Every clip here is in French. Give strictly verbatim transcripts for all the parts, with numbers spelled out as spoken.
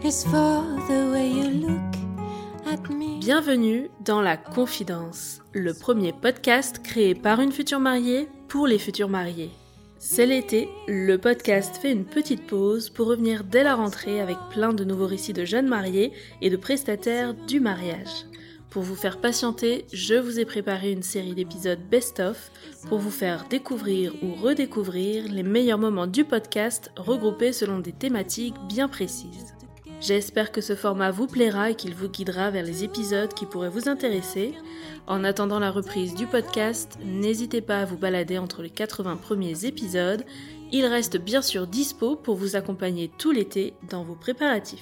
is for the way you look at me. Bienvenue dans La Confidence, le premier podcast créé par une future mariée pour les futurs mariés. C'est l'été, le podcast fait une petite pause pour revenir dès la rentrée avec plein de nouveaux récits de jeunes mariés et de prestataires du mariage. Pour vous faire patienter, je vous ai préparé une série d'épisodes best-of pour vous faire découvrir ou redécouvrir les meilleurs moments du podcast regroupés selon des thématiques bien précises. J'espère que ce format vous plaira et qu'il vous guidera vers les épisodes qui pourraient vous intéresser. En attendant la reprise du podcast, n'hésitez pas à vous balader entre les quatre-vingts premiers épisodes. Il reste bien sûr dispo pour vous accompagner tout l'été dans vos préparatifs.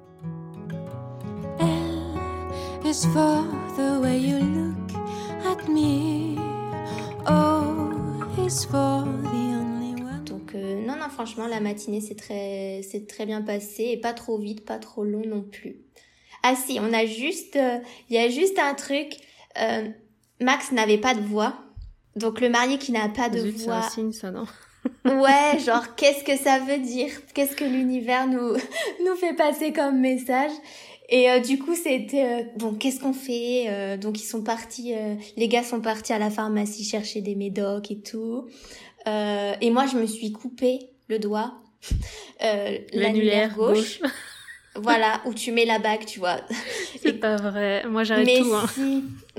L is for the way you look at me. O is for the only one. Donc euh, non, non, franchement, la matinée c'est très, c'est très bien passé et pas trop vite, pas trop long non plus. Ah si, on a juste, il euh, y a juste un truc. Euh, Max n'avait pas de voix, donc le marié qui n'a pas de Zut, voix. C'est un signe, ça, non? Ouais, genre qu'est-ce que ça veut dire? Qu'est-ce que l'univers nous nous fait passer comme message? Et euh, du coup, c'était euh, bon, qu'est-ce qu'on fait? euh, Donc ils sont partis, euh, les gars sont partis à la pharmacie chercher des médocs et tout. Euh, et moi, je me suis coupé le doigt, euh, l'annulaire gauche. gauche. Voilà, où tu mets la bague, tu vois. C'est et... pas vrai. Moi, j'arrête mais tout. Hein. Si.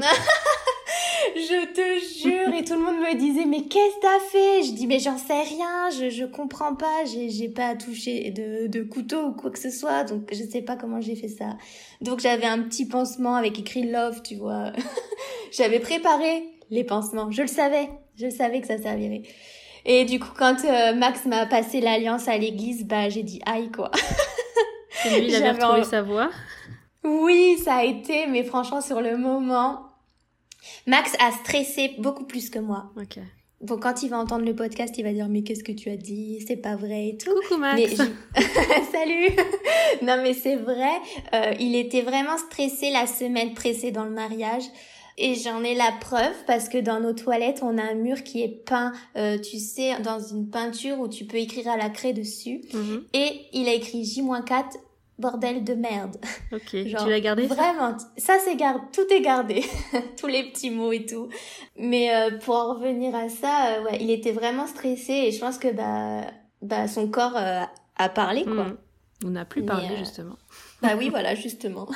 Je te jure, et tout le monde me disait mais qu'est-ce que t'as fait? Je dis mais j'en sais rien, je je comprends pas, j'ai j'ai pas touché de de couteau ou quoi que ce soit, donc je sais pas comment j'ai fait ça. Donc j'avais un petit pansement avec écrit love, tu vois. J'avais préparé les pansements, je le savais, je savais que ça servirait. Et du coup quand euh, Max m'a passé l'alliance à l'église, bah j'ai dit aïe quoi. Et lui il avait retrouvé en... sa voix. Oui, ça a été, mais franchement sur le moment. Max a stressé beaucoup plus que moi. Ok. Bon, quand il va entendre le podcast, il va dire mais qu'est-ce que tu as dit? C'est pas vrai et tout. Coucou Max. Mais salut. Non mais c'est vrai. Euh, il était vraiment stressé la semaine précédant le mariage. Et j'en ai la preuve parce que dans nos toilettes, on a un mur qui est peint, euh, tu sais, dans une peinture où tu peux écrire à la craie dessus. Mm-hmm. Et il a écrit J quatre. Bordel de merde. Ok, genre, tu l'as gardé ça? Vraiment, ça c'est gardé, tout est gardé, tous les petits mots et tout. Mais euh, pour en revenir à ça, euh, ouais, il était vraiment stressé et je pense que bah, bah son corps euh, a parlé quoi. Mmh. On n'a plus Mais, parlé euh... justement. Bah oui, voilà justement.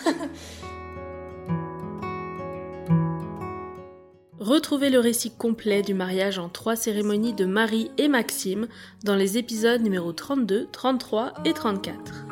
Retrouvez le récit complet du mariage en trois cérémonies de Marie et Maxime dans les épisodes numéro trente-deux, trente-trois et trente-quatre.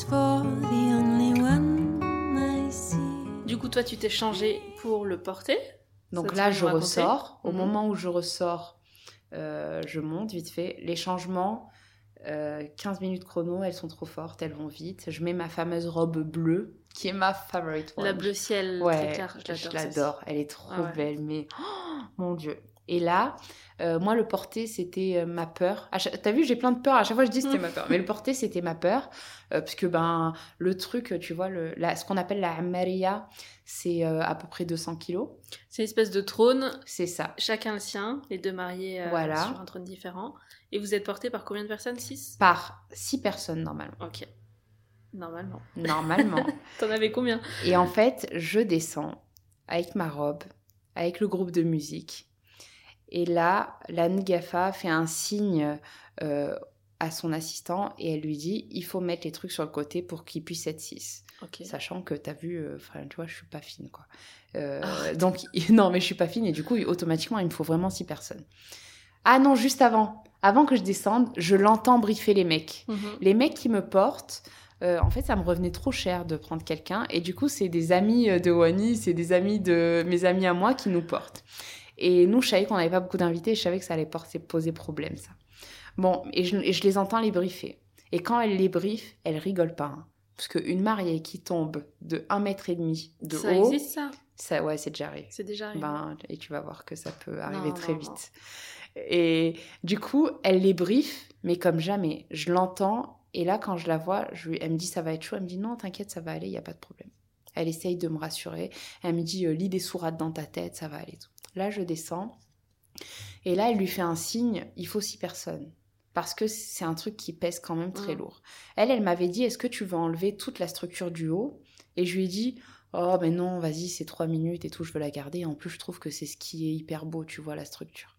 Du coup, toi, tu t'es changée pour le porter. Donc là, je ressors. Au mmh. moment où je ressors, euh, je monte vite fait. Les changements, euh, quinze minutes chrono, elles sont trop fortes, elles vont vite. Je mets ma fameuse robe bleue, qui est ma favorite one. La bleu ciel, ouais, très claire, je l'adore. Je l'adore, elle est trop ah ouais. belle, mais oh, mon Dieu. Et là, euh, moi, le porter, c'était euh, ma peur. Chaque... T'as vu, j'ai plein de peurs. À chaque fois, je dis c'était ma peur. Mais le porter, c'était ma peur. Euh, parce que ben, le truc, tu vois, le, la, ce qu'on appelle la Maria, c'est euh, à peu près deux cents kilos. C'est une espèce de trône. C'est ça. Chacun le sien, les deux mariés euh, voilà. sur un trône différent. Et vous êtes portés par combien de personnes? Six? Par six personnes, normalement. Ok. Normalement. Normalement. T'en avais combien? Et en fait, je descends avec ma robe, avec le groupe de musique. Et là, la Ngafa fait un signe euh, à son assistant et elle lui dit il faut mettre les trucs sur le côté pour qu'ils puissent être six. Okay. Sachant que t'as vu, euh, tu vois, je suis pas fine, quoi. Euh, oh, donc, non, mais je suis pas fine et du coup, automatiquement, il me faut vraiment six personnes. Ah non, juste avant. Avant que je descende, je l'entends briefer les mecs. Mm-hmm. Les mecs qui me portent. Euh, en fait, ça me revenait trop cher de prendre quelqu'un. Et du coup, c'est des amis de Wani, c'est des amis de mes amis à moi qui nous portent. Et nous, je savais qu'on n'avait pas beaucoup d'invités. Je savais que ça allait porter, poser problème, ça. Bon, et je, et je les entends les briefer. Et quand elle les briefe, elle rigole pas. Hein, parce qu'une mariée qui tombe de un mètre et demi de ça haut... Ça existe, ça? ça Ouais, c'est déjà arrivé. C'est déjà arrivé. Ben, et tu vas voir que ça peut arriver non, très non, vite. Non. Et du coup, elle les briefe, mais comme jamais. Je l'entends... Et là, quand je la vois, je, elle me dit « ça va être chaud ». Elle me dit « non, t'inquiète, ça va aller, il n'y a pas de problème ». Elle essaye de me rassurer. Elle me dit « lis des sourates dans ta tête, ça va aller ». Là, je descends. Et là, elle lui fait un signe « il faut six personnes ». parce que c'est un truc qui pèse quand même très Mmh. lourd. Elle, elle m'avait dit, est-ce que tu veux enlever toute la structure du haut ? Et je lui ai dit, oh, mais non, vas-y, c'est trois minutes et tout, je veux la garder. En plus, je trouve que c'est ce qui est hyper beau, tu vois, la structure.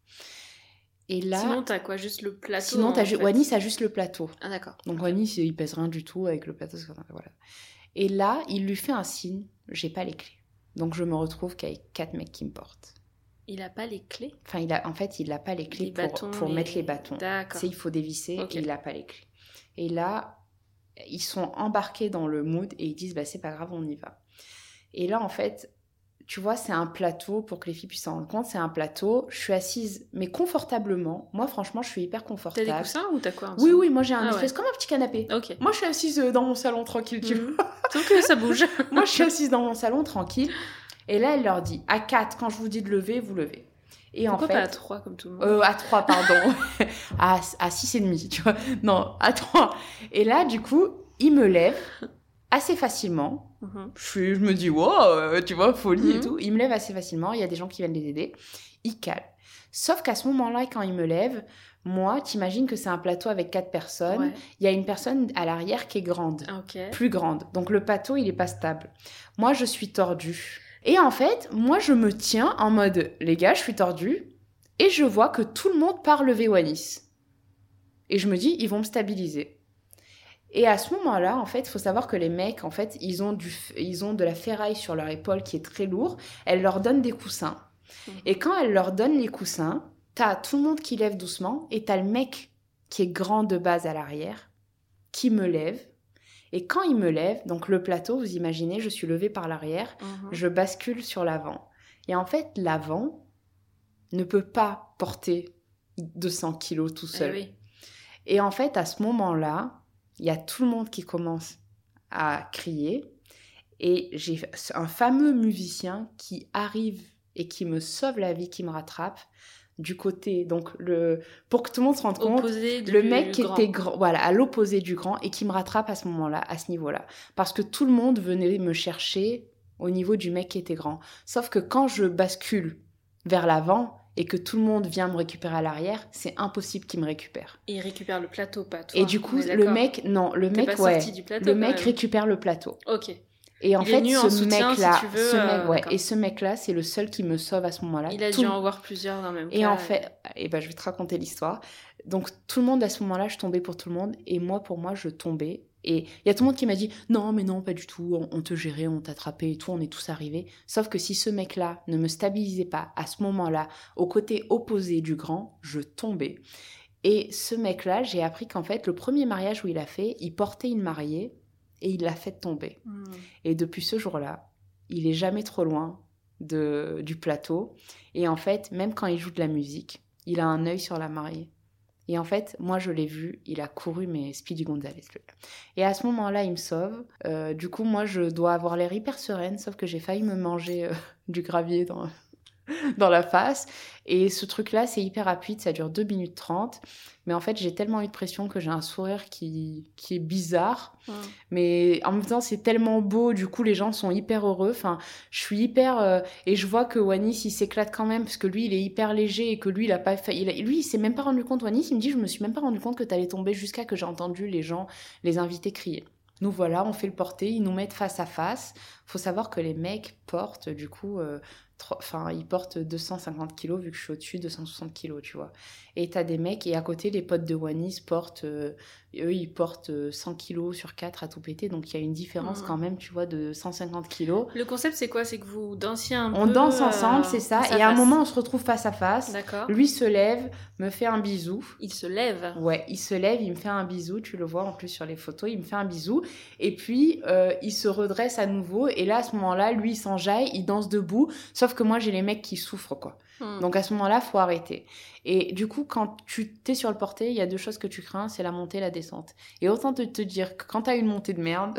Et là... Sinon, t'as quoi? Juste le plateau? Sinon, t'as en ju- fait. Wanis a juste le plateau. Ah, d'accord. Donc, Wanis, il pèse rien du tout avec le plateau. Voilà. Et là, il lui fait un signe, j'ai pas les clés. Donc, je me retrouve qu'avec quatre mecs qui me portent. Il a pas les clés? Enfin, il a, en fait, il n'a pas les clés Les pour, bâtons, pour les- mettre les bâtons. D'accord. Tu sais, il faut dévisser Ok. et il n'a pas les clés. Et là, ils sont embarqués dans le mood et ils disent, bah, c'est pas grave, on y va. Et là, en fait, tu vois, c'est un plateau, pour que les filles puissent s'en rendre compte, c'est un plateau. Je suis assise, mais confortablement. Moi, franchement, je suis hyper T'as confortable. des coussins ou t'as quoi en Oui, dessous? oui, moi j'ai un Ah espèce ouais. comme un petit canapé. Ok. Moi, je suis assise euh, dans mon salon tranquille, tu Mhm. vois. Tant que ça bouge. Moi, je suis assise dans mon salon tranquille. Et là, elle leur dit, à quatre, quand je vous dis de lever, vous levez. Et Pourquoi en fait, pas à trois comme tout le monde? Euh, à trois, pardon. à, à six et demi, tu vois. Non, à trois. Et là, du coup, il me lève assez facilement. Mhm. Je, suis- je me dis, wow, euh, tu vois, folie et Mhm. tout. Il me lève assez facilement. Il y a des gens qui viennent les aider. Il cale. Sauf qu'à ce moment-là, quand il me lève, moi, t'imagines que c'est un plateau avec quatre personnes. Ouais. Il y a une personne à l'arrière qui est grande. Ah, ok. Plus grande. Donc, le plateau, il est pas stable. Moi, je suis tordue. Et en fait, moi, je me tiens en mode, les gars, je suis tordue. Et je vois que tout le monde part lever Wanis. Et je me dis, ils vont me stabiliser. Et à ce moment-là, en fait, il faut savoir que les mecs, en fait, ils ont, du, ils ont de la ferraille sur leur épaule qui est très lourd. Elle leur donne des coussins. Mhm. Et quand elle leur donne les coussins, t'as tout le monde qui lève doucement et t'as le mec qui est grand de base à l'arrière qui me lève. Et quand il me lève, donc le plateau, vous imaginez, je suis levée par l'arrière, Mhm. je bascule sur l'avant. Et en fait, l'avant ne peut pas porter deux cents kilos tout Eh seul. oui. Et en fait, à ce moment-là, il y a tout le monde qui commence à crier. Et j'ai un fameux musicien qui arrive et qui me sauve la vie, qui me rattrape du côté. Donc, le, pour que tout le monde se rende compte, Opposé du le mec qui grand. était grand, voilà, à l'opposé du grand et qui me rattrape à ce moment-là, à ce niveau-là. Parce que tout le monde venait me chercher au niveau du mec qui était grand. Sauf que quand je bascule vers l'avant et que tout le monde vient me récupérer à l'arrière, c'est impossible qu'il me récupère. Et il récupère le plateau, pas toi. Et du coup, on est le d'accord. mec, non, le T'es mec, pas ouais, sorti du plateau, le quand mec même. récupère le plateau. Ok. Et en Il est fait, venu ce en soutien, mec-là, si tu veux, ce euh, mec, ouais, d'accord. et ce mec-là, c'est le seul qui me sauve à ce moment-là. Il a Tout- dû en voir plusieurs dans le même Et cas. en fait, eh ben, je vais te raconter l'histoire. Donc, tout le monde, à ce moment-là, je tombais pour tout le monde. Et moi, pour moi, je tombais. Et il y a tout le monde qui m'a dit, non, mais non, pas du tout. On, on te gérait, on t'attrapait et tout. On est tous arrivés. Sauf que si ce mec-là ne me stabilisait pas à ce moment-là, au côté opposé du grand, je tombais. Et ce mec-là, j'ai appris qu'en fait, le premier mariage où il a fait, il portait une mariée et il l'a fait tomber. Hmm. Et depuis ce jour-là, il est jamais trop loin de, du plateau. Et en fait, même quand il joue de la musique, il a un œil sur la mariée. Et en fait, moi, je l'ai vu, il a couru, mais Speedy Gonzales. Et à ce moment-là, il me sauve. Euh, du coup, moi, je dois avoir l'air hyper sereine, sauf que j'ai failli me manger euh, du gravier dans, dans la face. Et ce truc-là, c'est hyper rapide, ça dure deux minutes trente. Mais en fait, j'ai tellement eu de pression que j'ai un sourire qui, qui est bizarre. Hmm. Mais en même temps, c'est tellement beau, du coup, les gens sont hyper heureux. Enfin, je suis hyper... euh, et je vois que Wanis, il s'éclate quand même, parce que lui, il est hyper léger et que lui, il a pas fait... il a- Lui, il s'est même pas rendu compte, Wanis, il me dit, je me suis même pas rendu compte que t'allais tomber jusqu'à que j'ai entendu les gens, les invités crier. Nous voilà, on fait le porter, ils nous mettent face à face. Faut savoir que les mecs portent, du coup... euh, tro- Enfin, ils portent deux cent cinquante kilos, vu que je suis au-dessus, deux cent soixante kilos, tu vois. Et t'as des mecs, et à côté, les potes de Wanis portent... euh, eux, ils portent euh, cent kilos sur quatre à tout péter. Donc, il y a une différence Mhm. quand même, tu vois, de cent cinquante kilos. Le concept, c'est quoi? C'est que vous dansiez un On peu... danse euh, ensemble, c'est ça. face à Et à un face. moment, on se retrouve face à face. D'accord. Lui se lève, me fait un bisou. Il se lève. Ouais, il se lève, il me fait un bisou. Tu le vois en plus sur les photos, il me fait un bisou. Et puis, euh, il se redresse à nouveau. Et là, à ce moment-là, lui, il s'enjaille, il danse debout. Sauf que moi, j'ai les mecs qui souffrent, quoi. Hmm. Donc à ce moment-là, faut arrêter. Et du coup, quand tu t'es sur le porté, il y a deux choses que tu crains, c'est la montée et la descente. Et autant te, te dire que quand t'as une montée de merde,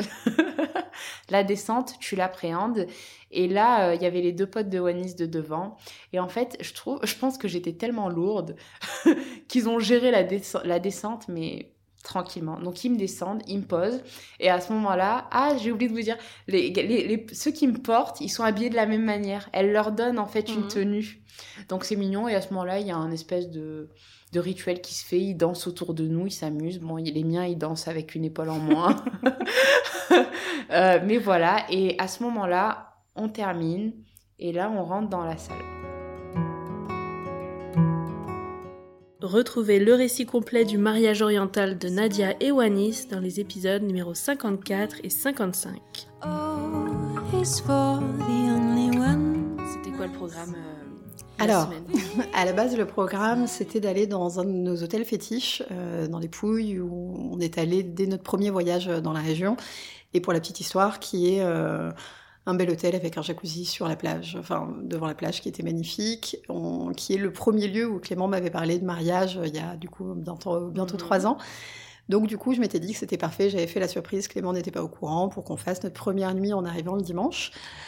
la descente, tu l'appréhendes. Et là, euh, il y avait les deux potes de Wanis de devant. Et en fait, je trouve, je pense que j'étais tellement lourde qu'ils ont géré la, descente, la descente, mais tranquillement. Donc, ils me descendent, ils me posent. Et à ce moment-là, ah, j'ai oublié de vous dire, les, les, les, ceux qui me portent, ils sont habillés de la même manière. Elle leur donne, en fait, une mmh. tenue. Donc, c'est mignon. Et à ce moment-là, il y a un espèce de, de rituel qui se fait. Ils dansent autour de nous, ils s'amusent. Bon, les miens, ils dansent avec une épaule en moins. euh, mais voilà. Et à ce moment-là, on termine. Et là, on rentre dans la salle. Retrouvez le récit complet du mariage oriental de Nadia et Wanis dans les épisodes numéros cinquante-quatre et cinquante-cinq. Oh, he's for the only one. C'était quoi le programme euh, Alors, à la base, le programme, c'était d'aller dans un de nos hôtels fétiches, euh, dans les Pouilles, où on est allé dès notre premier voyage dans la région. Et pour la petite histoire, qui est... Euh, un bel hôtel avec un jacuzzi sur la plage, enfin devant la plage, qui était magnifique, on, qui est le premier lieu où Clément m'avait parlé de mariage il y a du coup bientôt, bientôt mmh. trois ans. Donc du coup, je m'étais dit que c'était parfait, j'avais fait la surprise, Clément n'était pas au courant, pour qu'on fasse notre première nuit en arrivant le dimanche.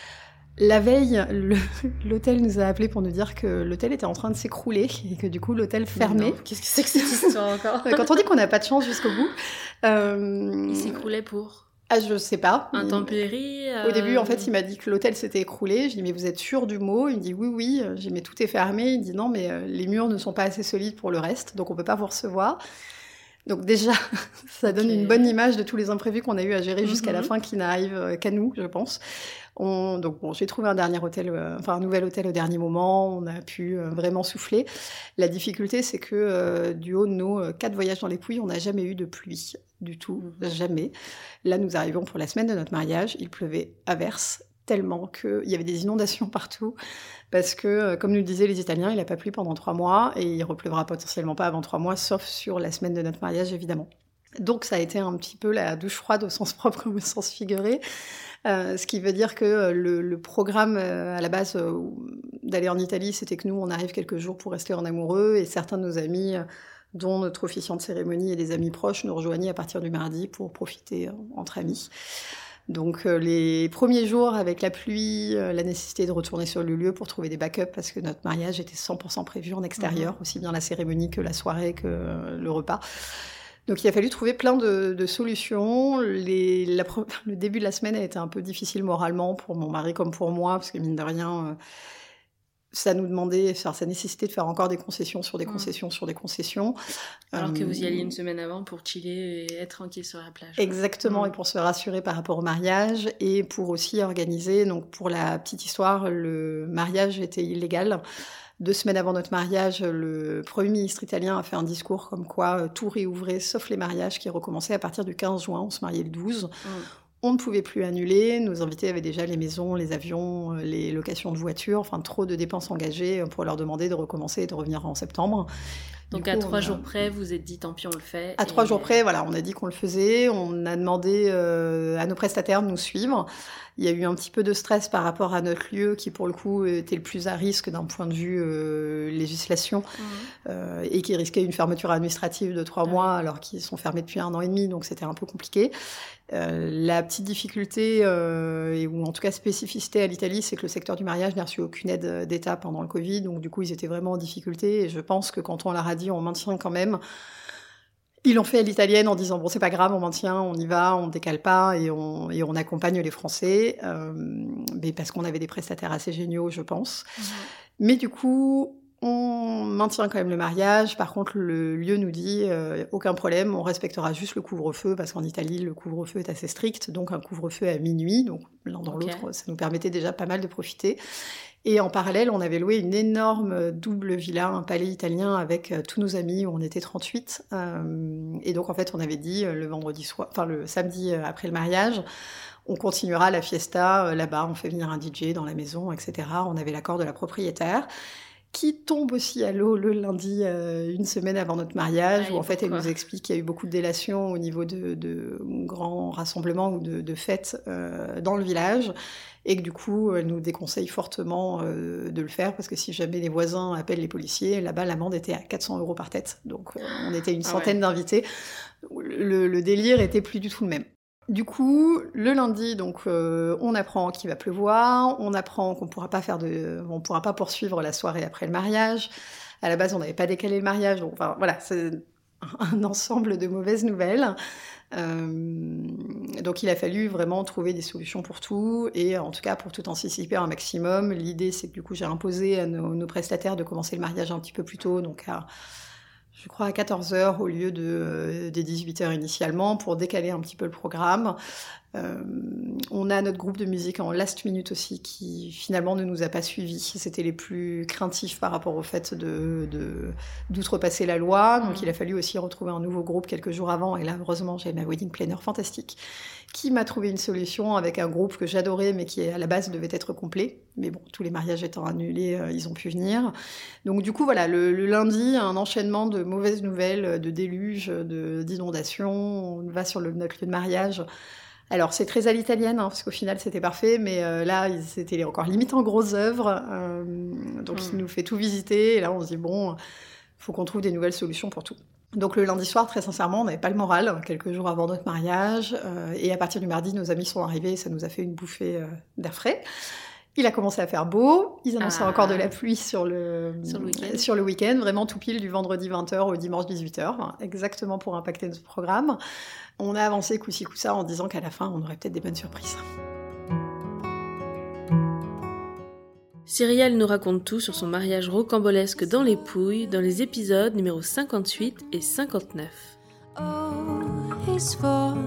La veille, le, l'hôtel nous a appelés pour nous dire que l'hôtel était en train de s'écrouler et que du coup l'hôtel fermait. Non, qu'est-ce que c'est que cette histoire encore ? Quand on dit qu'on n'a pas de chance jusqu'au bout. Euh... Il s'écroulait pour ? Ah, je sais pas. Intempéries euh... Au début, en fait, il m'a dit que l'hôtel s'était écroulé. Je dis, mais vous êtes sûr du mot ? Il me dit, oui, oui. J'ai dit, mais tout est fermé. Il me dit, non, mais euh, les murs ne sont pas assez solides pour le reste, donc on peut pas vous recevoir. Donc déjà, ça donne okay. une bonne image de tous les imprévus qu'on a eu à gérer jusqu'à mm-hmm. la fin, qui n'arrivent qu'à nous, je pense. On... Donc bon, j'ai trouvé un dernier hôtel, euh, enfin un nouvel hôtel au dernier moment. On a pu euh, vraiment souffler. La difficulté, c'est que euh, du haut de nos euh, quatre voyages dans les Pouilles, on n'a jamais eu de pluie du tout, mm-hmm. jamais. Là, nous arrivons pour la semaine de notre mariage. Il pleuvait à verse tellement qu'il y avait des inondations partout. Parce que, euh, comme nous le disaient les Italiens, il n'a pas plu pendant trois mois et il repleuvra potentiellement pas avant trois mois, sauf sur la semaine de notre mariage, évidemment. Donc ça a été un petit peu la douche froide au sens propre comme au sens figuré. Euh, ce qui veut dire que le, le programme euh, à la base euh, d'aller en Italie, c'était que nous, on arrive quelques jours pour rester en amoureux, et certains de nos amis, euh, dont notre officiant de cérémonie et des amis proches, nous rejoignaient à partir du mardi pour profiter euh, entre amis. Donc euh, les premiers jours avec la pluie, euh, la nécessité de retourner sur le lieu pour trouver des backups, parce que notre mariage était cent pour cent prévu en extérieur, mmh. aussi bien la cérémonie que la soirée que euh, le repas. Donc il a fallu trouver plein de, de solutions. Les, la, le début de la semaine a été un peu difficile moralement pour mon mari comme pour moi, parce que mine de rien, euh, ça nous demandait, enfin, ça nécessitait de faire encore des concessions sur des concessions mmh. sur des concessions. Alors euh, que vous y alliez une euh, semaine avant pour chiller et être tranquille sur la plage. Exactement, mmh. et pour se rassurer par rapport au mariage, et pour aussi organiser, donc pour la petite histoire, le mariage était illégal. Deux semaines avant notre mariage, le Premier ministre italien a fait un discours comme quoi euh, tout réouvrait, sauf les mariages qui recommençaient à partir du quinze juin. On se mariait le douze. Mmh. On ne pouvait plus annuler. Nos invités avaient déjà les maisons, les avions, les locations de voitures, enfin trop de dépenses engagées pour leur demander de recommencer et de revenir en septembre. Donc coup, à trois a... jours près, vous vous êtes dit tant pis, on le fait. À et... trois jours près, voilà, on a dit qu'on le faisait. On a demandé euh, à nos prestataires de nous suivre. Il y a eu un petit peu de stress par rapport à notre lieu qui, pour le coup, était le plus à risque d'un point de vue euh, législation mmh. euh, et qui risquait une fermeture administrative de trois mmh. mois alors qu'ils sont fermés depuis un an et demi, donc c'était un peu compliqué. Euh, la petite difficulté, euh, ou en tout cas spécificité à l'Italie, c'est que le secteur du mariage n'a reçu aucune aide d'État pendant le Covid, donc du coup ils étaient vraiment en difficulté, et je pense que quand on leur a dit on maintient quand même, ils l'ont fait à l'italienne en disant bon c'est pas grave, on maintient, on y va, on décale pas et on, et on accompagne les Français, euh, mais parce qu'on avait des prestataires assez géniaux je pense. Mmh. Mais du coup on maintient quand même le mariage. Par contre, le lieu nous dit euh, aucun problème, on respectera juste le couvre-feu, parce qu'en Italie, le couvre-feu est assez strict, donc un couvre-feu à minuit, donc l'un dans okay. l'autre, ça nous permettait déjà pas mal de profiter. Et en parallèle, on avait loué une énorme double villa, un palais italien avec euh, tous nos amis, où on était trente-huit. Euh, et donc, en fait, on avait dit euh, le vendredi soir, enfin le samedi euh, après le mariage, on continuera la fiesta euh, là-bas, on fait venir un D J dans la maison, et cetera. On avait l'accord de la propriétaire, qui tombe aussi à l'eau le lundi, euh, une semaine avant notre mariage, ah, où en fait elle nous explique qu'il y a eu beaucoup de délations au niveau de, de grands rassemblements ou de, de fêtes euh, dans le village, et que du coup elle nous déconseille fortement euh, de le faire, parce que si jamais les voisins appellent les policiers, là-bas l'amende était à quatre cents euros par tête, donc euh, on était une centaine ah ouais. d'invités. Le, le délire était plus du tout le même. Du coup, le lundi, donc, euh, on apprend qu'il va pleuvoir, on apprend qu'on pourra pas faire de, on pourra pas poursuivre la soirée après le mariage. À la base, on n'avait pas décalé le mariage, donc, enfin, voilà, c'est un ensemble de mauvaises nouvelles. Euh, donc il a fallu vraiment trouver des solutions pour tout, et en tout cas pour tout anticiper un maximum. L'idée, c'est que du coup j'ai imposé à nos, nos prestataires de commencer le mariage un petit peu plus tôt, donc à, je crois à quatorze heures au lieu de, euh, des dix-huit heures initialement, pour décaler un petit peu le programme. Euh, on a notre groupe de musique en last minute aussi, qui finalement ne nous a pas suivis. C'était les plus craintifs par rapport au fait de, de, d'outrepasser la loi. Donc mmh. il a fallu aussi retrouver un nouveau groupe quelques jours avant. Et là, heureusement, j'ai ma wedding planner fantastique qui m'a trouvé une solution avec un groupe que j'adorais, mais qui à la base devait être complet. Mais bon, tous les mariages étant annulés, euh, ils ont pu venir. Donc du coup, voilà, le, le lundi, un enchaînement de mauvaises nouvelles, de déluges, de, d'inondations. On va sur le, notre lieu de mariage. Alors, c'est très à l'italienne, hein, parce qu'au final, c'était parfait, mais euh, là, c'était encore limite en grosse œuvre. Euh, donc, mmh. il nous fait tout visiter, et là, on se dit, bon, il faut qu'on trouve des nouvelles solutions pour tout. Donc, le lundi soir, très sincèrement, on n'avait pas le moral, quelques jours avant notre mariage, euh, et à partir du mardi, nos amis sont arrivés, et ça nous a fait une bouffée euh, d'air frais. Il a commencé à faire beau, ils annonçaient ah. encore de la pluie sur le, sur le week-end. Sur le week-end, vraiment tout pile du vendredi vingt heures au dimanche dix-huit heures, hein, exactement pour impacter notre programme. On a avancé coup-ci coup-ça en disant qu'à la fin, on aurait peut-être des bonnes surprises. Cyrielle nous raconte tout sur son mariage rocambolesque dans les Pouilles, dans les épisodes numéro cinquante-huit et cinquante-neuf. Ensuite,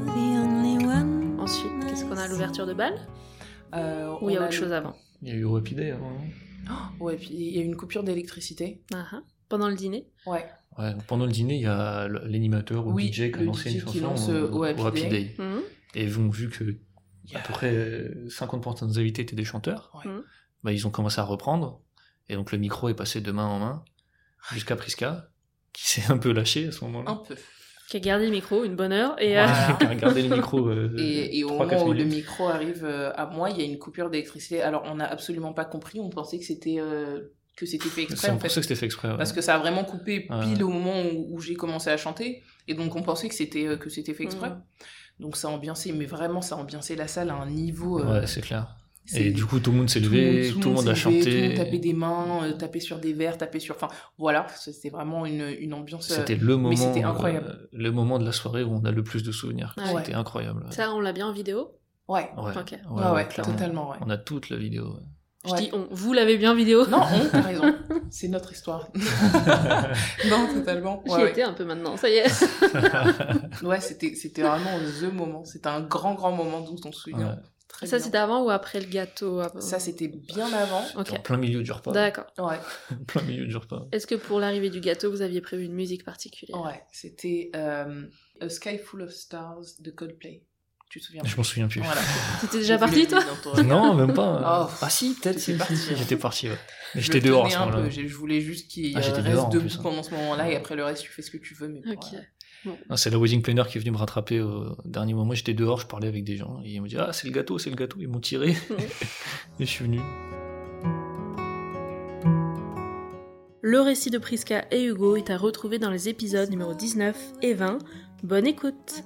qu'est-ce qu'on a à l'ouverture de bal ? Euh, Ou il y a autre chose avant ? Il y a eu Happy Day avant. Oh, ouais, puis il y a eu une coupure d'électricité. Uh-huh. Pendant le dîner ? Ouais. Ouais, pendant le dîner, il y a l'animateur ou oui, le D J qui a lancé une chanson lance, euh, au Happy, Happy Day. Day. Mmh. Et bon, vu que yeah. à peu près cinquante pour cent de nos invités étaient des chanteurs, ouais. mmh. bah, ils ont commencé à reprendre. Et donc le micro est passé de main en main jusqu'à Prisca, qui s'est un peu lâché à ce moment-là. Un peu. Qui a gardé le micro une bonne heure. Et, voilà. euh... qui a gardé le micro. Euh, et, et au moment où le micro arrive à moi, il y a une coupure d'électricité. Alors on n'a absolument pas compris, on pensait que c'était... Euh... que c'était fait exprès, on en fait. pensait que c'était fait exprès, ouais. Parce que ça a vraiment coupé pile ouais. au moment où, où j'ai commencé à chanter, et donc on pensait que c'était, euh, que c'était fait exprès. Mmh. Donc ça a ambiancé, mais vraiment ça a ambiancé la salle à un niveau... Euh, ouais, c'est clair. C'est... Et du coup, tout le monde s'est levé, tout, tout, tout le monde a chanté. Tout le monde tapait des mains, euh, tapait sur des verres, tapait sur... Enfin, voilà, c'était vraiment une, une ambiance... Euh... C'était le moment, mais c'était incroyable. Euh, le moment de la soirée où on a le plus de souvenirs. Ah, c'était ouais. incroyable. Ça, on l'a bien en vidéo ? Ouais. Ouais, okay. ouais, ouais, ouais totalement, ouais. On a toute la vidéo, ouais. Je ouais. dis on, vous l'avez bien vidéo. Non, on, t'as raison. C'est notre histoire. Non, totalement. J'y ouais, étais ouais. un peu maintenant, ça y est. Ouais, c'était, c'était vraiment the moment. C'était un grand, grand moment dont on se souvient. Ouais. Très ça, bien. C'était avant ou après le gâteau ? Ça, c'était bien avant. Okay. En plein milieu du repas. D'accord. Ouais. Plein milieu du repas. Est-ce que pour l'arrivée du gâteau, vous aviez prévu une musique particulière ? Ouais, c'était euh, A Sky Full of Stars de Coldplay. Tu te souviens ? Je m'en souviens plus. Voilà. T'étais déjà parti, toi ? Non, même pas. Oh, ah si, peut-être. c'est parti. Si, j'étais parti, ouais. Mais je j'étais dehors à ce un moment-là. Peu. Je voulais juste qu'il ah, reste dehors, debout plus, hein. pendant ce moment-là, et après le reste, tu fais ce que tu veux. Mais ok. Voilà. Bon. Non, c'est la wedding planner qui est venue me rattraper au dernier moment. J'étais dehors, je parlais avec des gens, et ils m'ont dit ah c'est le gâteau, c'est le gâteau. Ils m'ont tiré, et je suis venu. Le récit de Prisca et Hugo est à retrouver dans les épisodes numéro dix-neuf et vingt. Bonne écoute.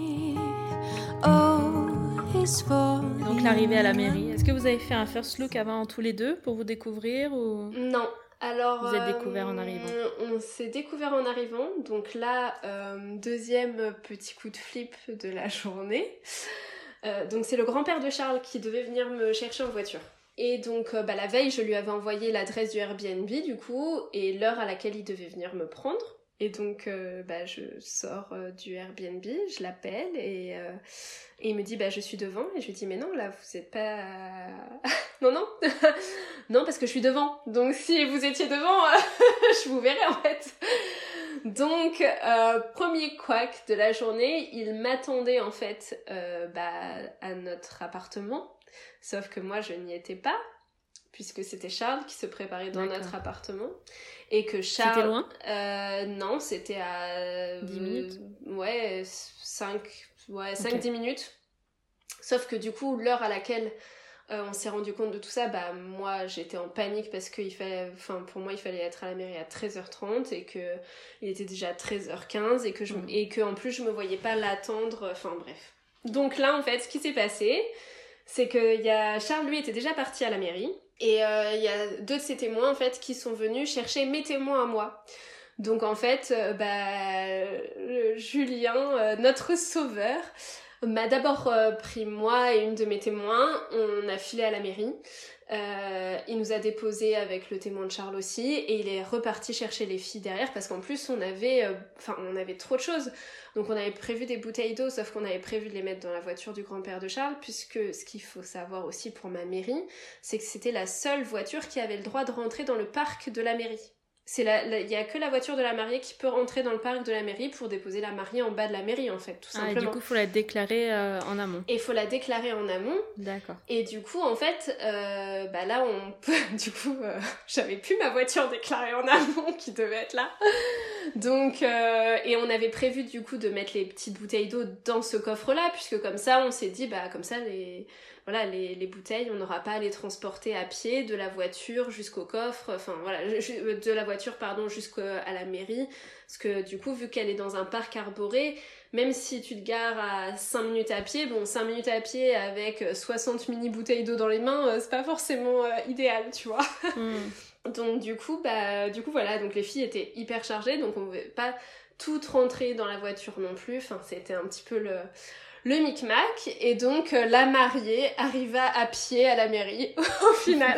Donc l'arrivée à la mairie, est-ce que vous avez fait un first look avant tous les deux pour vous découvrir ou... Non. Alors, vous êtes découvert en arrivant. euh, On s'est découvert en arrivant, donc là, euh, deuxième petit coup de flip de la journée. Euh, donc c'est le grand-père de Charles qui devait venir me chercher en voiture. Et donc euh, bah, la veille, je lui avais envoyé l'adresse du Airbnb du coup, et l'heure à laquelle il devait venir me prendre. Et donc euh, bah, je sors euh, du Airbnb, je l'appelle et, euh, et il me dit bah je suis devant, et je lui dis mais non là vous êtes pas... non non non parce que je suis devant, donc si vous étiez devant je vous verrais en fait. Donc euh, premier couac de la journée, il m'attendait en fait euh, bah, à notre appartement, sauf que moi je n'y étais pas, puisque c'était Charles qui se préparait dans D'accord. notre appartement. Et que Charles... C'était loin ? euh, Non, c'était à... dix minutes euh, Ouais, cinq ouais, cinq dix okay. minutes. Sauf que du coup, l'heure à laquelle euh, on s'est rendu compte de tout ça, bah moi j'étais en panique parce que il fallait, enfin, pour moi il fallait être à la mairie à treize heures trente et qu'il était déjà treize heures quinze et que je, mmh. et que en plus je me voyais pas l'attendre, enfin bref. Donc là en fait, ce qui s'est passé, c'est que y a... Charles lui était déjà parti à la mairie. Et il euh, y a deux de ses témoins en fait qui sont venus chercher mes témoins à moi. Donc en fait, euh, bah, Julien, euh, notre sauveur, m'a d'abord euh, pris moi et une de mes témoins, on a filé à la mairie. Euh, il nous a déposé avec le témoin de Charles aussi et il est reparti chercher les filles derrière parce qu'en plus on avait enfin euh, on avait trop de choses, donc on avait prévu des bouteilles d'eau, sauf qu'on avait prévu de les mettre dans la voiture du grand-père de Charles, puisque ce qu'il faut savoir aussi pour ma mairie, c'est que c'était la seule voiture qui avait le droit de rentrer dans le parc de la mairie. C'est la, la, y a que la voiture de la mariée qui peut rentrer dans le parc de la mairie pour déposer la mariée en bas de la mairie, en fait, tout ah, simplement. Et du coup, il faut la déclarer euh, en amont. Et il faut la déclarer en amont. D'accord. Et du coup, en fait, euh, bah là, on peut... Du coup, euh, j'avais plus ma voiture déclarée en amont qui devait être là. Donc, euh, et on avait prévu, du coup, de mettre les petites bouteilles d'eau dans ce coffre-là, puisque comme ça, on s'est dit, bah, comme ça, les... Voilà, les, les bouteilles, on n'aura pas à les transporter à pied de la voiture jusqu'au coffre, enfin voilà, de la voiture, pardon, jusqu'à la mairie, parce que du coup, vu qu'elle est dans un parc arboré, même si tu te gares à cinq minutes à pied, bon, cinq minutes à pied avec soixante mini bouteilles d'eau dans les mains, c'est pas forcément euh, idéal, tu vois. Mm. Donc du coup, bah, du coup, voilà, donc les filles étaient hyper chargées, donc on pouvait pas toutes rentrer dans la voiture non plus, enfin, c'était un petit peu le... le micmac, et donc euh, la mariée arriva à pied à la mairie au final.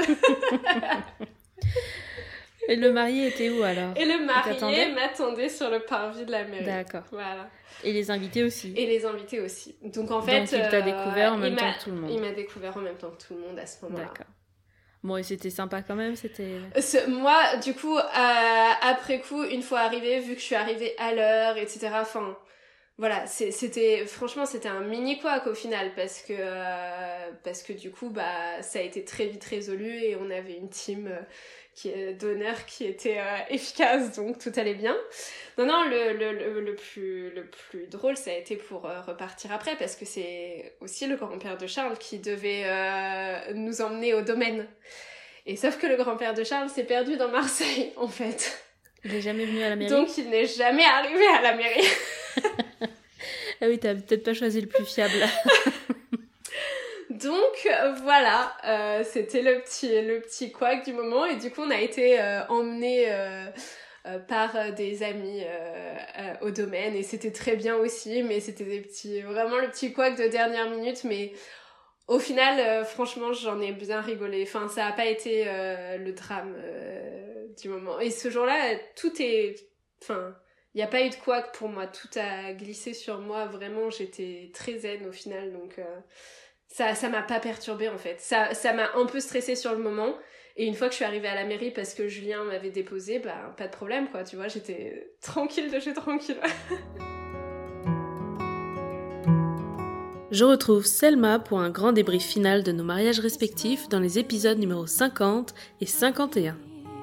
Et le marié était où alors? Et le marié m'attendait sur le parvis de la mairie. D'accord. Voilà. Et les invités aussi. Et les invités aussi. Donc en fait, donc il t'a découvert en euh, même temps que tout le monde. Il m'a découvert en même temps que tout le monde à ce moment-là. D'accord. Bon, et c'était sympa quand même, c'était... Ce, moi, du coup, euh, après coup, une fois arrivée, vu que je suis arrivée à l'heure, et cetera, enfin... Voilà, c'est, c'était franchement c'était un mini couac au final parce que euh, parce que du coup bah ça a été très vite résolu et on avait une team euh, qui d'honneur qui était euh, efficace, donc tout allait bien. Non non le le le, le plus le plus drôle ça a été pour euh, repartir après parce que c'est aussi le grand-père de Charles qui devait euh, nous emmener au domaine. Et sauf que le grand-père de Charles s'est perdu dans Marseille en fait. Il est jamais venu à la mairie. Donc il n'est jamais arrivé à la mairie. Ah oui, t'as peut-être pas choisi le plus fiable. Donc euh, voilà, euh, c'était le petit le petit couac du moment et du coup on a été euh, emmenés euh, euh, par des amis euh, euh, au domaine et c'était très bien aussi, mais c'était des petits vraiment le petit couac de dernière minute, mais au final euh, franchement j'en ai bien rigolé. Enfin ça a pas été euh, le drame euh, du moment. Et ce jour-là tout est enfin il n'y a pas eu de couac pour moi, tout a glissé sur moi, vraiment j'étais très zen au final, donc euh, ça ça m'a pas perturbée en fait. Ça ça m'a un peu stressée sur le moment, et une fois que je suis arrivée à la mairie parce que Julien m'avait déposée, bah pas de problème quoi, tu vois, j'étais tranquille de chez tranquille. Je retrouve Selma pour un grand débrief final de nos mariages respectifs dans les épisodes numéro cinquante et cinquante et un.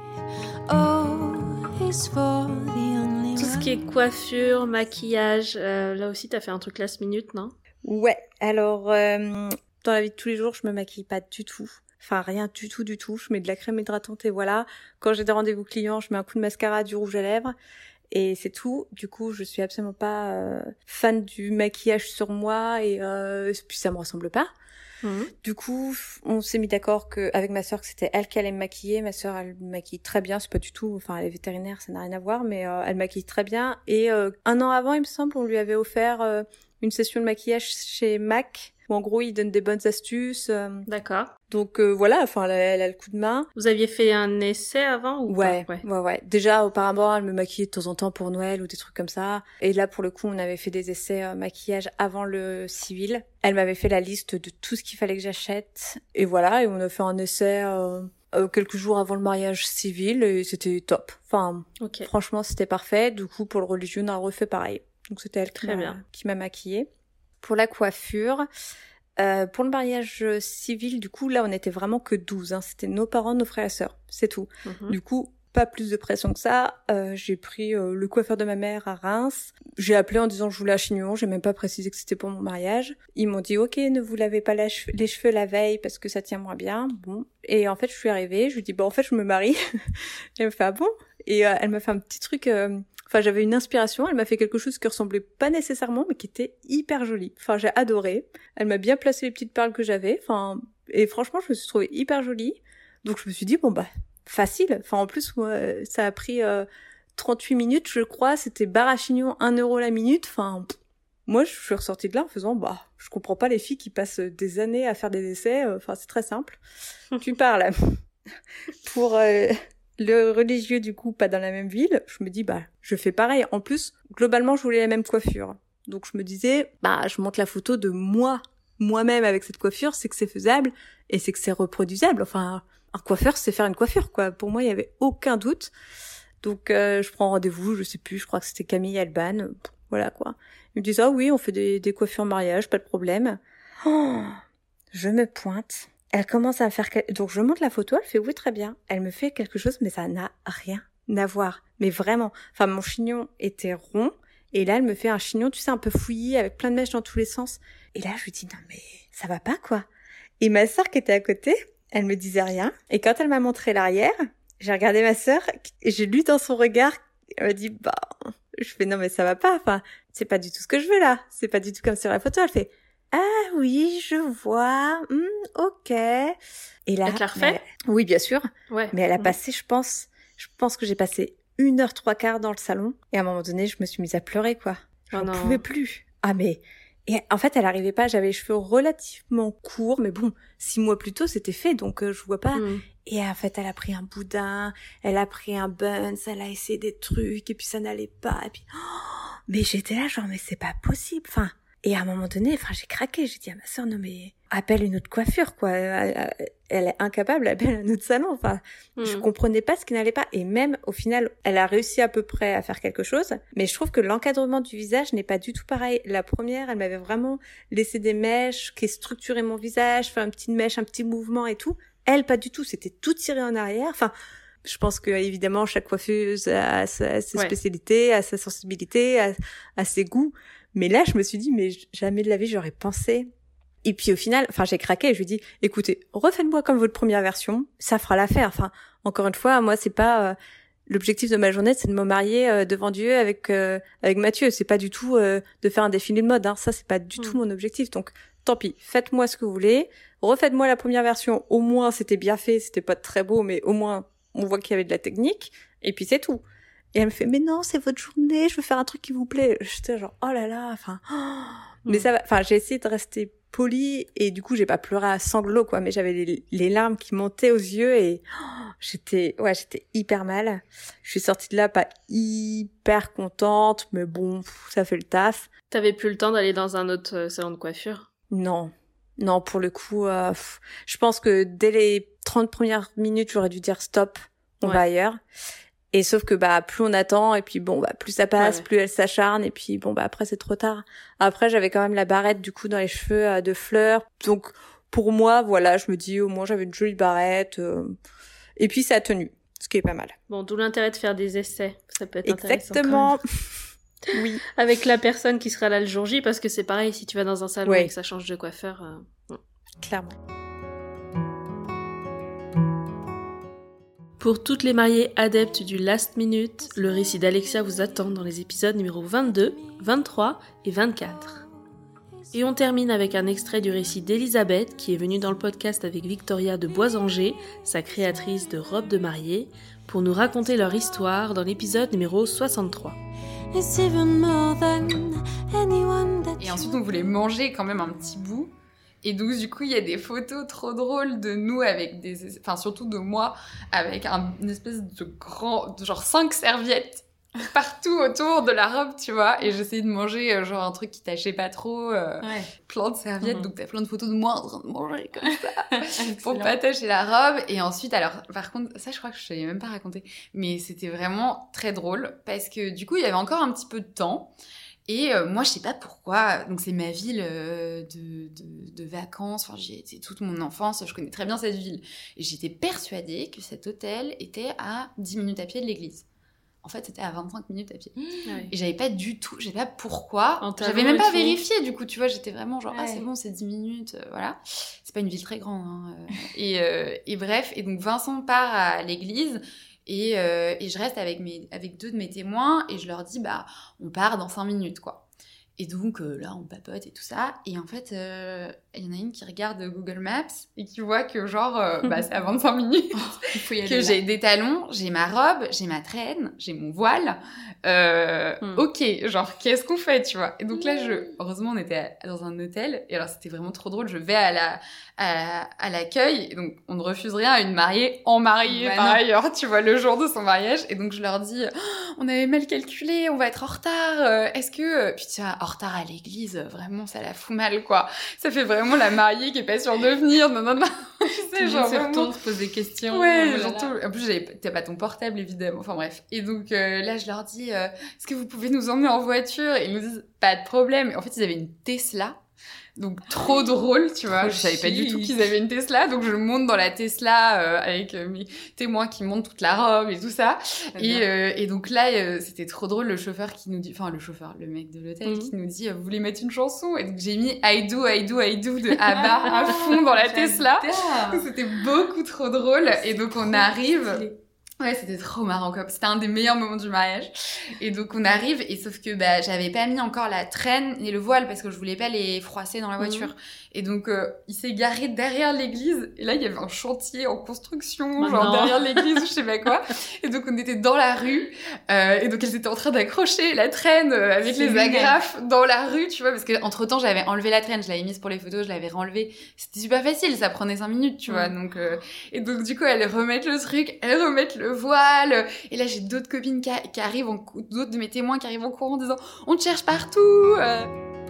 Oh, is for the only Tout ce qui est coiffure, maquillage, euh, là aussi t'as fait un truc last minute, non? Ouais, alors euh, dans la vie de tous les jours, je me maquille pas du tout. Enfin, rien du tout, du tout. Je mets de la crème hydratante et voilà. Quand j'ai des rendez-vous clients, je mets un coup de mascara, du rouge à lèvres. Et c'est tout. Du coup, je suis absolument pas euh, fan du maquillage sur moi et euh, puis ça me ressemble pas. Mmh. Du coup, on s'est mis d'accord que avec ma sœur que c'était elle qui allait me maquiller. Ma sœur, elle me maquille très bien. C'est pas du tout, enfin, elle est vétérinaire, ça n'a rien à voir, mais euh, elle maquille très bien. Et euh, un an avant, il me semble, on lui avait offert euh, une session de maquillage chez MAC. Où en gros, il donne des bonnes astuces. Euh... D'accord. Donc euh, voilà, enfin, elle, elle a le coup de main. Vous aviez fait un essai avant ou ouais, pas? Ouais, ouais, ouais. Déjà, auparavant, elle me maquillait de temps en temps pour Noël ou des trucs comme ça. Et là, pour le coup, on avait fait des essais euh, maquillage avant le civil. Elle m'avait fait la liste de tout ce qu'il fallait que j'achète. Et voilà, et on a fait un essai euh, euh, quelques jours avant le mariage civil et c'était top. Enfin, okay. Franchement, c'était parfait. Du coup, pour le religieux, on a refait pareil. Donc c'était elle qui m'a, bien. qui m'a maquillée. Pour la coiffure... Euh, pour le mariage civil, du coup, là, on était vraiment que douze. Hein. C'était nos parents, nos frères et sœurs. C'est tout. Mm-hmm. Du coup, pas plus de pression que ça. Euh, j'ai pris euh, le coiffeur de ma mère à Reims. J'ai appelé en disant que je voulais à Chignon. J'ai même pas précisé que c'était pour mon mariage. Ils m'ont dit, OK, ne vous lavez pas la che- les cheveux la veille parce que ça tient moins bien. Bon. Et en fait, je suis arrivée. Je lui dis, bah, en fait, je me marie. Elle me fait, ah bon? Et euh, elle m'a fait un petit truc... Euh, Enfin, j'avais une inspiration, elle m'a fait quelque chose qui ressemblait pas nécessairement, mais qui était hyper joli. Enfin, j'ai adoré. Elle m'a bien placé les petites perles que j'avais. Enfin, et franchement, je me suis trouvée hyper jolie. Donc, je me suis dit, bon, bah, facile. Enfin, en plus, moi, ça a pris euh, trente-huit minutes, je crois, c'était bar à chignon, un euro la minute. Enfin, pff, moi, je suis ressortie de là en faisant, bah, je comprends pas les filles qui passent des années à faire des essais. Enfin, c'est très simple. Tu parles pour euh, le religieux, du coup, pas dans la même ville. Je me dis, bah, je fais pareil. En plus, globalement, je voulais la même coiffure. Donc, je me disais, bah, je monte la photo de moi, moi-même avec cette coiffure, c'est que c'est faisable et c'est que c'est reproduisable. Enfin, un coiffeur, c'est faire une coiffure, quoi. Pour moi, il y avait aucun doute. Donc, euh, je prends rendez-vous, je sais plus, je crois que c'était Camille Alban. Voilà, quoi. Ils me disent, ah oui, on fait des, des coiffures mariage, pas de problème. Oh, je me pointe. Elle commence à me faire... Donc, je monte la photo, elle fait, oui, très bien. Elle me fait quelque chose, mais ça n'a rien à voir. Mais vraiment. Enfin, mon chignon était rond. Et là, elle me fait un chignon, tu sais, un peu fouillis, avec plein de mèches dans tous les sens. Et là, je lui dis, non, mais ça va pas, quoi. Et ma sœur qui était à côté, elle me disait rien. Et quand elle m'a montré l'arrière, j'ai regardé ma sœur, et j'ai lu dans son regard, elle m'a dit, bah, je fais, non, mais ça va pas. Enfin, c'est pas du tout ce que je veux, là. C'est pas du tout comme sur la photo. Elle fait, ah oui, je vois, hum, ok. Et là, elle te l'a refait? Mais... Oui, bien sûr. Ouais. Mais elle a mmh. passé, je pense, je pense que j'ai passé une heure trois quarts dans le salon. Et à un moment donné, je me suis mise à pleurer, quoi. J'en oh pouvais plus. Ah, mais... Et en fait, elle arrivait pas, j'avais les cheveux relativement courts, mais bon, six mois plus tôt, c'était fait, donc euh, je vois pas. Mmh. Et en fait, elle a pris un boudin, elle a pris un buns, elle a essayé des trucs, et puis ça n'allait pas, et puis... Oh, mais j'étais là, genre, mais c'est pas possible, enfin... Et à un moment donné, enfin, j'ai craqué, j'ai dit à ma sœur, non mais, appelle une autre coiffure, quoi. Elle, elle est incapable, appelle un autre salon, enfin. Mmh. Je comprenais pas ce qui n'allait pas. Et même, au final, elle a réussi à peu près à faire quelque chose. Mais je trouve que l'encadrement du visage n'est pas du tout pareil. La première, elle m'avait vraiment laissé des mèches, qui structuraient mon visage, fait une petite mèche, un petit mouvement et tout. Elle, pas du tout. C'était tout tiré en arrière. Enfin, je pense que, évidemment, chaque coiffeuse a sa, ses ouais. spécialités, a sa sensibilité, a, a ses goûts. Mais là, je me suis dit, mais jamais de la vie, j'aurais pensé. Et puis au final, enfin, j'ai craqué et je lui ai dit, écoutez, refaites-moi comme votre première version, ça fera l'affaire. Enfin, encore une fois, moi, c'est pas... Euh, l'objectif de ma journée, c'est de me marier euh, devant Dieu avec euh, avec Mathieu. C'est pas du tout euh, de faire un défilé de mode, hein. Ça, c'est pas du mmh. tout mon objectif. Donc, tant pis, faites-moi ce que vous voulez. Refaites-moi la première version. Au moins, c'était bien fait, c'était pas très beau, mais au moins, on voit qu'il y avait de la technique. Et puis, c'est tout. Et elle me fait, mais non, c'est votre journée, je veux faire un truc qui vous plaît. J'étais genre, oh là là, enfin, oh. mmh. mais ça va, enfin, j'ai essayé de rester polie et du coup, j'ai pas pleuré à sanglots, quoi, mais j'avais les, les larmes qui montaient aux yeux et oh, j'étais, ouais, j'étais hyper mal. Je suis sortie de là pas hyper contente, mais bon, ça fait le taf. T'avais plus le temps d'aller dans un autre euh, salon de coiffure? Non. Non, pour le coup, euh, pff, je pense que dès les trente premières minutes, j'aurais dû dire stop, on ouais. va ailleurs. Et sauf que bah plus on attend et puis bon bah plus ça passe, ouais. plus elle s'acharne et puis bon bah après c'est trop tard. Après j'avais quand même la barrette du coup dans les cheveux euh, de fleurs. Donc pour moi voilà, je me dis au moins j'avais une jolie barrette euh... et puis ça a tenu, ce qui est pas mal. Bon, d'où l'intérêt de faire des essais, ça peut être exactement. Intéressant. Exactement. Oui. Avec la personne qui sera là le jour J parce que c'est pareil si tu vas dans un salon ouais. et que ça change de coiffeur. Euh... Bon. Clairement. Pour toutes les mariées adeptes du last minute, le récit d'Alexia vous attend dans les épisodes numéro vingt-deux, vingt-trois et vingt-quatre. Et on termine avec un extrait du récit d'Elisabeth qui est venue dans le podcast avec Victoria de Boisanger, sa créatrice de robes de mariée, pour nous raconter leur histoire dans l'épisode numéro soixante-trois. Et ensuite on voulait manger quand même un petit bout. Et donc, du coup, il y a des photos trop drôles de nous avec des... Enfin, surtout de moi, avec un, une espèce de grand... De genre cinq serviettes partout autour de la robe, tu vois. Et j'essayais de manger, euh, genre, un truc qui tâchait pas trop. Euh, ouais. Plein de serviettes. Mmh. Donc, t'as plein de photos de moi en train de manger comme ça. pour pas tâcher la robe. Et ensuite, alors, par contre, ça, je crois que je t'avais même pas raconté. Mais c'était vraiment très drôle. Parce que, du coup, il y avait encore un petit peu de temps. Et euh, moi, je sais pas pourquoi, donc c'est ma ville euh, de, de, de vacances, enfin, j'y ai été toute mon enfance, je connais très bien cette ville. Et j'étais persuadée que cet hôtel était à dix minutes à pied de l'église. En fait, c'était à vingt-cinq minutes à pied. Ouais. Et j'avais pas du tout, je sais pas pourquoi, j'avais même pas vérifié, du coup, tu vois, j'étais vraiment genre, ouais. ah c'est bon, c'est dix minutes, euh, voilà. C'est pas une ville très grande, hein. Euh, et, euh, et bref, et donc Vincent part à l'église, Et, euh, et je reste avec, mes, avec deux de mes témoins et je leur dis, bah, on part dans cinq minutes, quoi. Et donc, euh, là, on papote et tout ça. Et en fait, euh, il y en a une qui regarde Google Maps et qui voit que genre, euh, bah, c'est à vingt-cinq minutes, oh, il faut y aller que là. J'ai des talons, j'ai ma robe, j'ai ma traîne, j'ai mon voile. Euh, mm. Ok, genre, qu'est-ce qu'on fait, tu vois? Et donc là, je, heureusement, on était à, dans un hôtel. Et alors, c'était vraiment trop drôle. Je vais à la, à, à l'accueil. Et donc, on ne refuse rien à une mariée en mariée, bah, par non. ailleurs, tu vois, le jour de son mariage. Et donc, je leur dis, oh, on avait mal calculé, on va être en retard. Euh, est-ce que, puis tu vois, en retard à l'église, vraiment, ça la fout mal, quoi. Ça fait vraiment la mariée qui est pas sûre de venir. Non, non, non. Tu sais, genre, se retourne, se pose des questions. Ouais, oh genre, en plus, j'avais, t'as pas ton portable, évidemment. Enfin, bref. Et donc, euh, là, je leur dis, euh, est-ce que vous pouvez nous emmener en voiture? Et ils nous disent, pas de problème. Et en fait, ils avaient une Tesla. Donc, trop drôle, tu vois. Oh, je savais chic. Pas du tout qu'ils avaient une Tesla. Donc, je monte dans la Tesla euh, avec euh, mes témoins qui montent toute la robe et tout ça. Et, euh, et donc là, euh, c'était trop drôle, le chauffeur qui nous dit... Enfin, le chauffeur, le mec de l'hôtel mm-hmm. qui nous dit, vous voulez mettre une chanson? Et donc, j'ai mis I Do, I Do, I Do de ABBA à fond dans la Tesla. Donc, c'était beaucoup trop drôle. Et donc, on arrive... Ouais, c'était trop marrant, quoi. C'était un des meilleurs moments du mariage. Et donc, on arrive, et sauf que, bah, j'avais pas mis encore la traîne et le voile parce que je voulais pas les froisser dans la voiture. Mmh. Et donc, euh, il s'est garé derrière l'église. Et là, il y avait un chantier en construction, oh genre non. derrière l'église ou je sais pas quoi. Et donc, on était dans la rue. Euh, et donc, elles étaient en train d'accrocher la traîne euh, avec c'est les agrafes dans la rue, tu vois. Parce que, entre temps, j'avais enlevé la traîne. Je l'avais mise pour les photos, je l'avais renlevée. C'était super facile. Ça prenait cinq minutes, tu mmh. vois. Donc, euh, et donc, du coup, elles remettent le truc, elles remettent le voile. Et là, j'ai d'autres copines qui, qui arrivent, en, d'autres de mes témoins qui arrivent en courant en disant « On te cherche partout euh. !»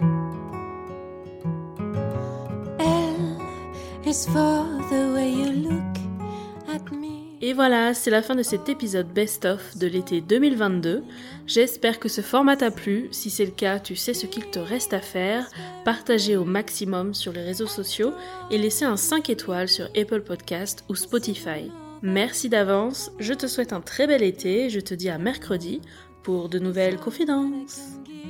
Et voilà, c'est la fin de cet épisode best-of de l'été deux mille vingt-deux. J'espère que ce format t'a plu. Si c'est le cas, tu sais ce qu'il te reste à faire. Partager au maximum sur les réseaux sociaux et laisser un cinq étoiles sur Apple Podcast ou Spotify. Merci d'avance, je te souhaite un très bel été et je te dis à mercredi pour de nouvelles confidences.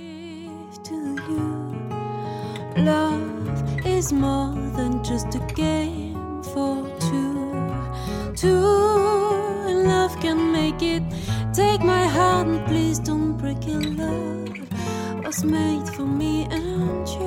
Love is more than just a game for two. Two, love can make it. Take my heart and please don't break it. Love was made for me and you.